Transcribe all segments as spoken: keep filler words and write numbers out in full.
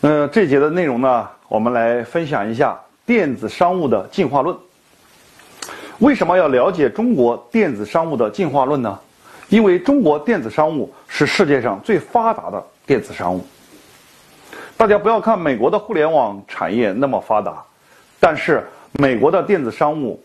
呃，这节的内容呢，我们来分享一下电子商务的进化论。为什么要了解中国电子商务的进化论呢？因为中国电子商务是世界上最发达的电子商务。大家不要看美国的互联网产业那么发达，但是美国的电子商务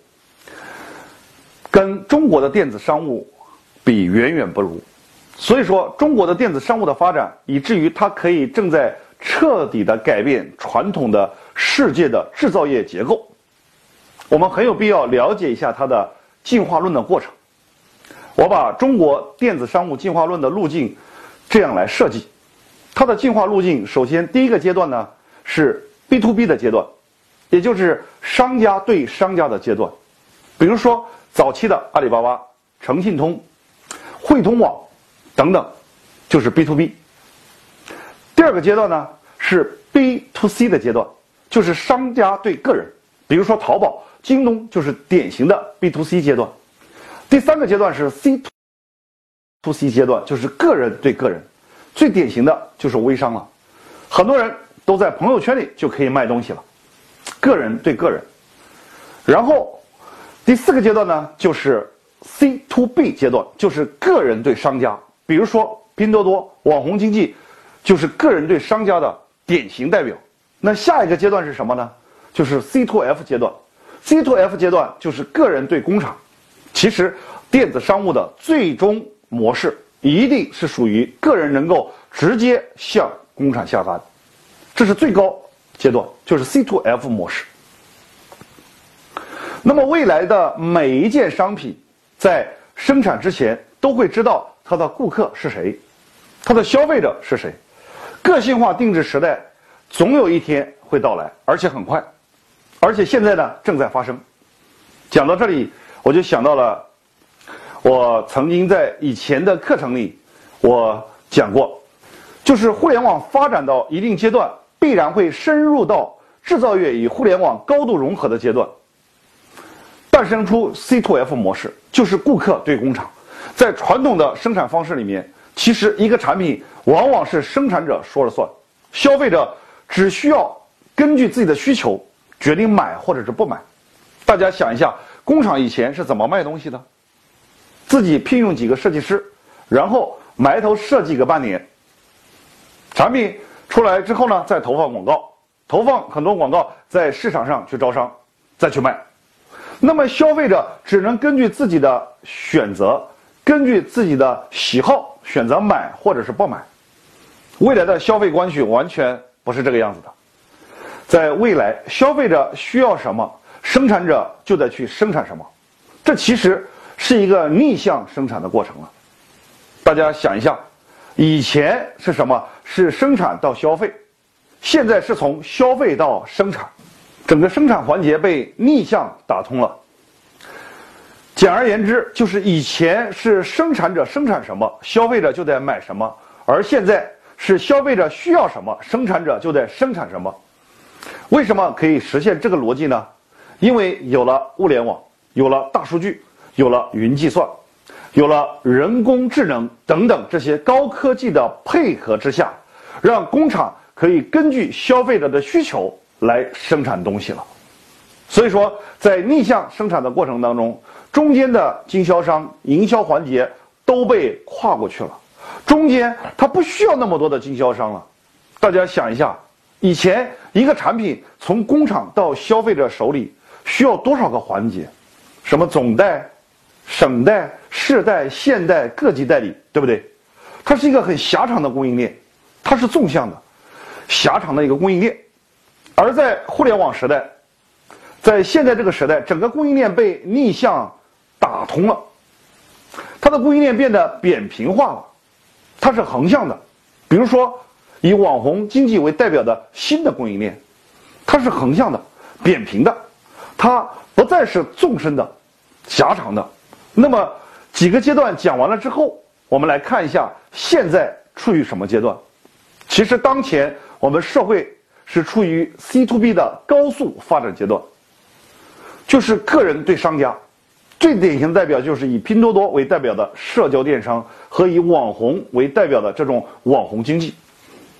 跟中国的电子商务比远远不如。所以说，中国的电子商务的发展，以至于它可以正在彻底的改变传统的世界的制造业结构。我们很有必要了解一下它的进化论的过程。我把中国电子商务进化论的路径这样来设计。它的进化路径，首先第一个阶段呢是 B to B 的阶段，也就是商家对商家的阶段。比如说早期的阿里巴巴、诚信通、汇通网等等，就是 B to B。第二个阶段呢是 B to C 的阶段，就是商家对个人，比如说淘宝、京东就是典型的 B to C 阶段。第三个阶段是 C to C 阶段，就是个人对个人，最典型的就是微商了，很多人都在朋友圈里就可以卖东西了，个人对个人。然后第四个阶段呢就是 C to B 阶段，就是个人对商家，比如说拼多多、网红经济就是个人对商家的典型代表。那下一个阶段是什么呢？就是 C to F 阶段。C to F 阶段就是个人对工厂。其实电子商务的最终模式一定是属于个人能够直接向工厂下单，这是最高阶段，就是 C to F 模式。那么未来的每一件商品在生产之前都会知道它的顾客是谁，它的消费者是谁。个性化定制时代总有一天会到来，而且很快，而且现在呢正在发生。讲到这里，我就想到了我曾经在以前的课程里我讲过，就是互联网发展到一定阶段，必然会深入到制造业与互联网高度融合的阶段，诞生出 C to F 模式，就是顾客对工厂。在传统的生产方式里面，其实一个产品往往是生产者说了算，消费者只需要根据自己的需求决定买或者是不买。大家想一下，工厂以前是怎么卖东西的？自己聘用几个设计师，然后埋头设计个半年，产品出来之后呢，再投放广告，投放很多广告在市场上去招商，再去卖。那么消费者只能根据自己的选择，根据自己的喜好选择买或者是不买。未来的消费关系完全不是这个样子的。在未来，消费者需要什么，生产者就得去生产什么，这其实是一个逆向生产的过程了。大家想一下，以前是什么？是生产到消费，现在是从消费到生产，整个生产环节被逆向打通了。简而言之，就是以前是生产者生产什么，消费者就得买什么，而现在是消费者需要什么，生产者就得生产什么。为什么可以实现这个逻辑呢？因为有了物联网，有了大数据，有了云计算，有了人工智能等等这些高科技的配合之下，让工厂可以根据消费者的需求来生产东西了。所以说，在逆向生产的过程当中，中间的经销商、营销环节都被跨过去了，中间它不需要那么多的经销商了。大家想一下，以前一个产品从工厂到消费者手里需要多少个环节？什么总代、省代、市代、县代、各级代理，对不对？它是一个很狭长的供应链，它是纵向的、狭长的一个供应链。而在互联网时代，在现在这个时代，整个供应链被逆向打通了，它的供应链变得扁平化了，它是横向的。比如说以网红经济为代表的新的供应链，它是横向的、扁平的，它不再是纵深的、狭长的。那么几个阶段讲完了之后，我们来看一下现在处于什么阶段。其实当前我们社会是处于 C to B 的高速发展阶段，就是个人对商家，最典型的代表就是以拼多多为代表的社交电商和以网红为代表的这种网红经济。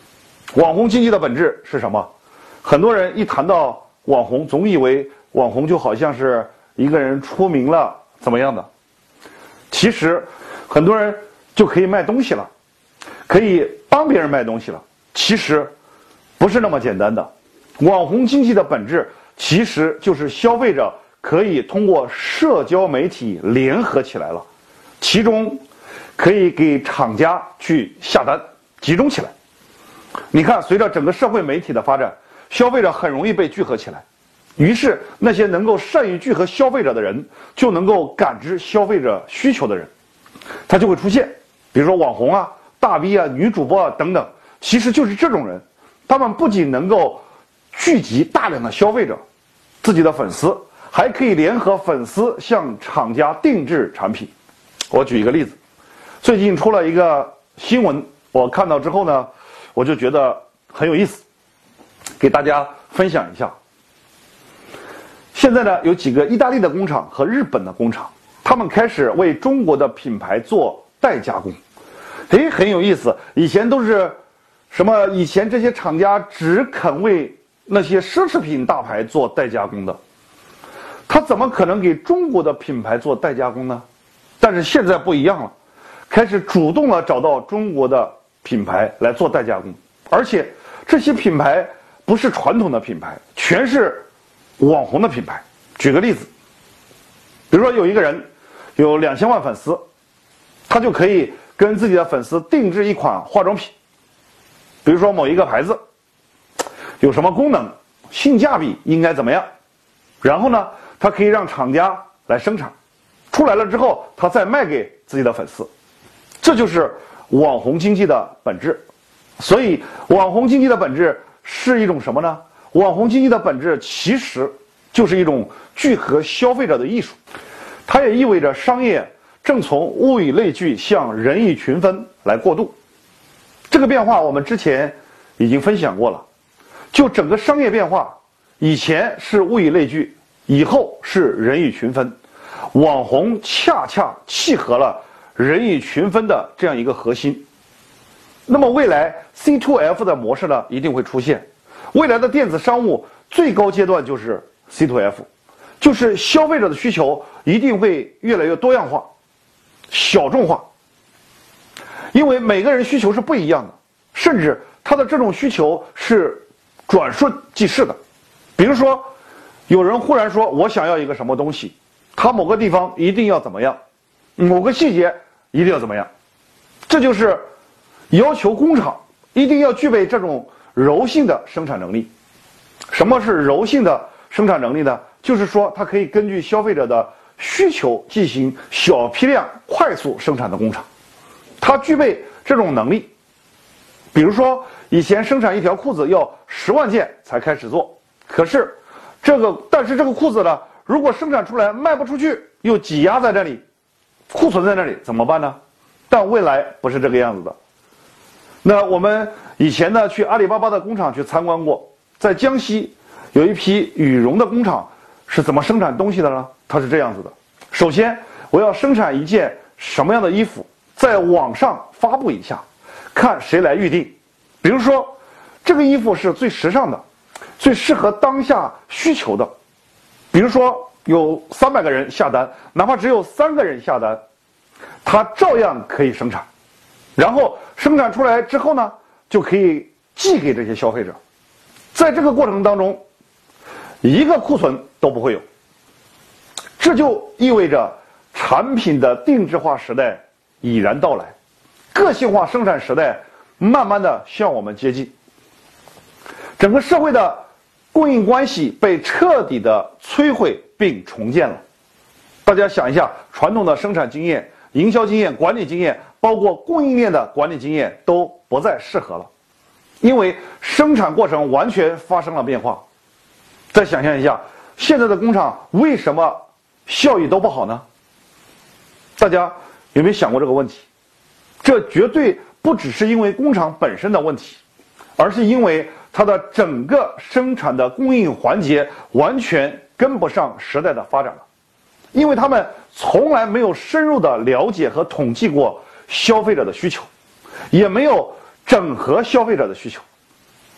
网红经济的本质是什么？很多人一谈到网红，总以为网红就好像是一个人出名了怎么样的。其实，很多人就可以卖东西了，可以帮别人卖东西了。其实，不是那么简单的。网红经济的本质其实就是消费者可以通过社交媒体联合起来了，其中可以给厂家去下单，集中起来。你看，随着整个社会媒体的发展，消费者很容易被聚合起来，于是那些能够善于聚合消费者的人，就能够感知消费者需求的人，他就会出现。比如说网红啊、大 V 啊、女主播啊等等，其实就是这种人。他们不仅能够聚集大量的消费者，自己的粉丝，还可以联合粉丝向厂家定制产品。我举一个例子，最近出了一个新闻，我看到之后呢，我就觉得很有意思，给大家分享一下。现在呢，有几个意大利的工厂和日本的工厂，他们开始为中国的品牌做代加工。诶，很有意思。以前都是什么？以前这些厂家只肯为那些奢侈品大牌做代加工的，他怎么可能给中国的品牌做代加工呢？但是现在不一样了，开始主动的找到中国的品牌来做代加工，而且这些品牌不是传统的品牌，全是网红的品牌。举个例子，比如说有一个人有两千万粉丝，他就可以跟自己的粉丝定制一款化妆品，比如说某一个牌子有什么功能，性价比应该怎么样，然后呢，他可以让厂家来生产，出来了之后，他再卖给自己的粉丝，这就是网红经济的本质。所以，网红经济的本质是一种什么呢？网红经济的本质其实就是一种聚合消费者的艺术，它也意味着商业正从物以类聚向人以群分来过渡。这个变化我们之前已经分享过了。就整个商业变化，以前是物以类聚，以后是人以群分。网红恰恰契合了人以群分的这样一个核心。那么未来 C to F 的模式呢，一定会出现。未来的电子商务最高阶段就是 C to F， 就是消费者的需求一定会越来越多样化、小众化，因为每个人需求是不一样的，甚至他的这种需求是转瞬即逝的。比如说，有人忽然说我想要一个什么东西，他某个地方一定要怎么样，某个细节一定要怎么样，这就是要求工厂一定要具备这种柔性的生产能力。什么是柔性的生产能力呢？就是说它可以根据消费者的需求进行小批量快速生产的工厂，它具备这种能力。比如说以前生产一条裤子要十万件才开始做，可是这个但是这个裤子呢，如果生产出来卖不出去，又挤压在这里，库存在那里，怎么办呢？但未来不是这个样子的。那我们以前呢去阿里巴巴的工厂去参观过，在江西有一批羽绒的工厂是怎么生产东西的呢？它是这样子的：首先我要生产一件什么样的衣服，在网上发布一下，看谁来预定。比如说这个衣服是最时尚的，最适合当下需求的，比如说有三百个人下单，哪怕只有三个人下单，它照样可以生产。然后生产出来之后呢，就可以寄给这些消费者。在这个过程当中，一个库存都不会有。这就意味着产品的定制化时代已然到来，个性化生产时代慢慢的向我们接近。整个社会的供应关系被彻底的摧毁并重建了。大家想一下，传统的生产经验、营销经验、管理经验，包括供应链的管理经验都不再适合了，因为生产过程完全发生了变化。再想象一下，现在的工厂为什么效益都不好呢？大家有没有想过这个问题？这绝对不只是因为工厂本身的问题，而是因为它的整个生产的供应环节完全跟不上时代的发展了，因为他们从来没有深入的了解和统计过消费者的需求，也没有整合消费者的需求，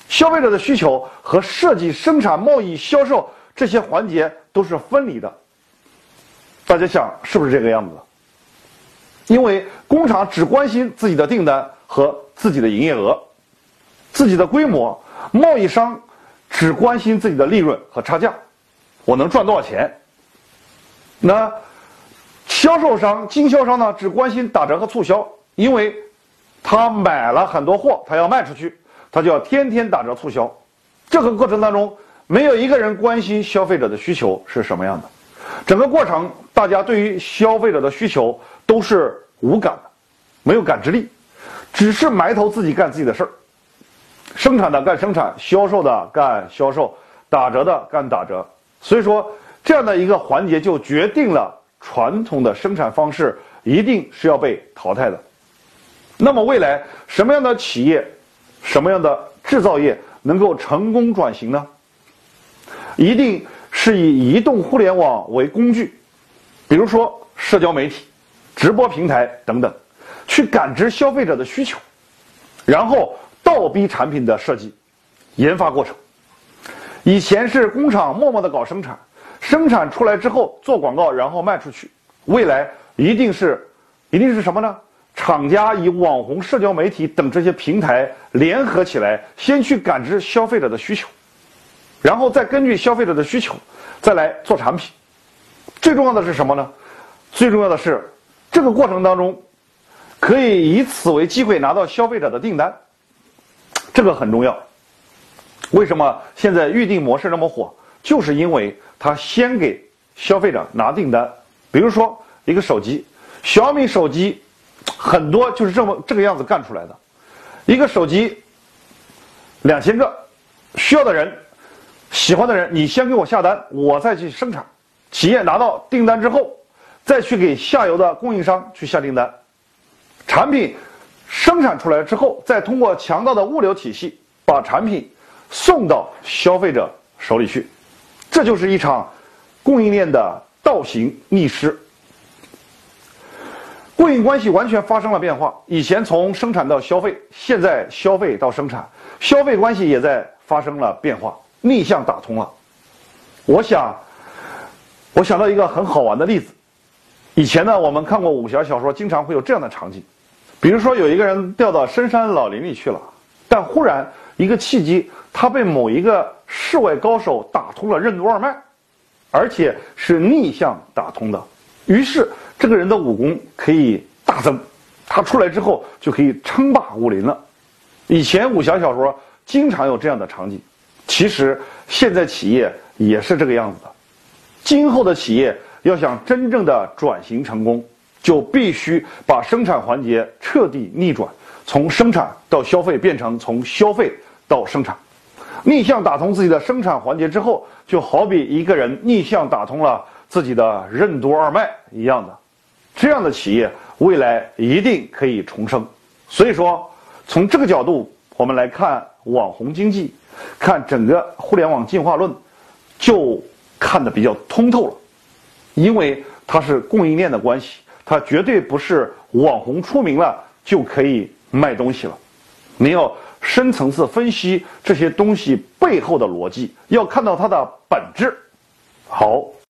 消费者的需求和设计、生产、贸易、销售这些环节都是分离的。大家想是不是这个样子的？因为工厂只关心自己的订单和自己的营业额、自己的规模，贸易商只关心自己的利润和差价，我能赚多少钱。那销售商、经销商呢，只关心打折和促销，因为他买了很多货，他要卖出去，他就要天天打折促销。这个过程当中，没有一个人关心消费者的需求是什么样的。整个过程，大家对于消费者的需求都是无感的，没有感知力，只是埋头自己干自己的事儿。生产的干生产，销售的干销售，打折的干打折。所以说，这样的一个环节就决定了传统的生产方式一定是要被淘汰的。那么未来什么样的企业、什么样的制造业能够成功转型呢？一定是以移动互联网为工具，比如说社交媒体、直播平台等等，去感知消费者的需求，然后倒逼产品的设计、研发过程。以前是工厂默默地搞生产，生产出来之后做广告，然后卖出去。未来一定是，一定是什么呢？厂家以网红、社交媒体等这些平台联合起来，先去感知消费者的需求，然后再根据消费者的需求，再来做产品。最重要的是什么呢？最重要的是，这个过程当中，可以以此为机会拿到消费者的订单，这个很重要。为什么现在预订模式那么火？就是因为它先给消费者拿订单。比如说一个手机，小米手机很多就是这么这个样子干出来的。一个手机两千个，需要的人、喜欢的人，你先给我下单，我再去生产。企业拿到订单之后，再去给下游的供应商去下订单。产品生产出来之后，再通过强大的物流体系把产品送到消费者手里去。这就是一场供应链的倒行逆施。供应关系完全发生了变化，以前从生产到消费，现在消费到生产，消费关系也在发生了变化，逆向打通了。我想，我想到一个很好玩的例子。以前呢，我们看过武侠小说，经常会有这样的场景，比如说有一个人掉到深山老林里去了，但忽然一个契机，他被某一个世外高手打通了任督二脉，而且是逆向打通的。于是这个人的武功可以大增，他出来之后就可以称霸武林了。以前武侠小说经常有这样的场景，其实现在企业也是这个样子的。今后的企业要想真正的转型成功，就必须把生产环节彻底逆转，从生产到消费变成从消费到生产。逆向打通自己的生产环节之后，就好比一个人逆向打通了自己的任督二脉一样的，这样的企业未来一定可以重生。所以说，从这个角度我们来看网红经济，看整个互联网进化论，就看得比较通透了。因为它是供应链的关系，它绝对不是网红出名了就可以卖东西了。你要深层次分析这些东西背后的逻辑，要看到它的本质。好。